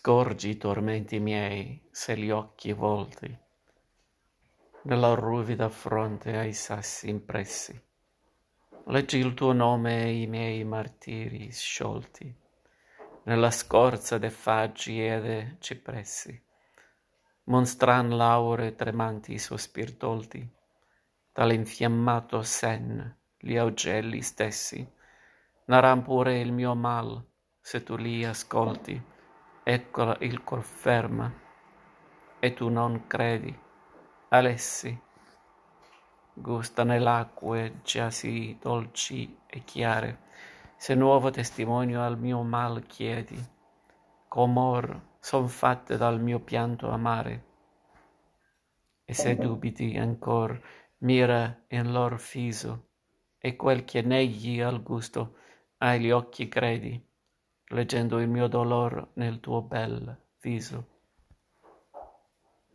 Scorgi i tormenti miei se gli occhi volti nella ruvida fronte ai sassi impressi. Leggi il tuo nome e i miei martiri sciolti nella scorza de faggi e de cipressi. Monstran laure tremanti sospir tolti dall'infiammato sen gli augelli stessi naran pure il mio mal se tu li ascolti. Ecco il cor ferma e tu non credi. Alessi gusta nell'acque già sì dolci e chiare, se nuovo testimonio al mio mal chiedi, com'or son fatte dal mio pianto amare, e se dubiti ancor mira in lor viso, e quel che negli al gusto ai gli occhi credi, leggendo il mio dolor nel tuo bel viso.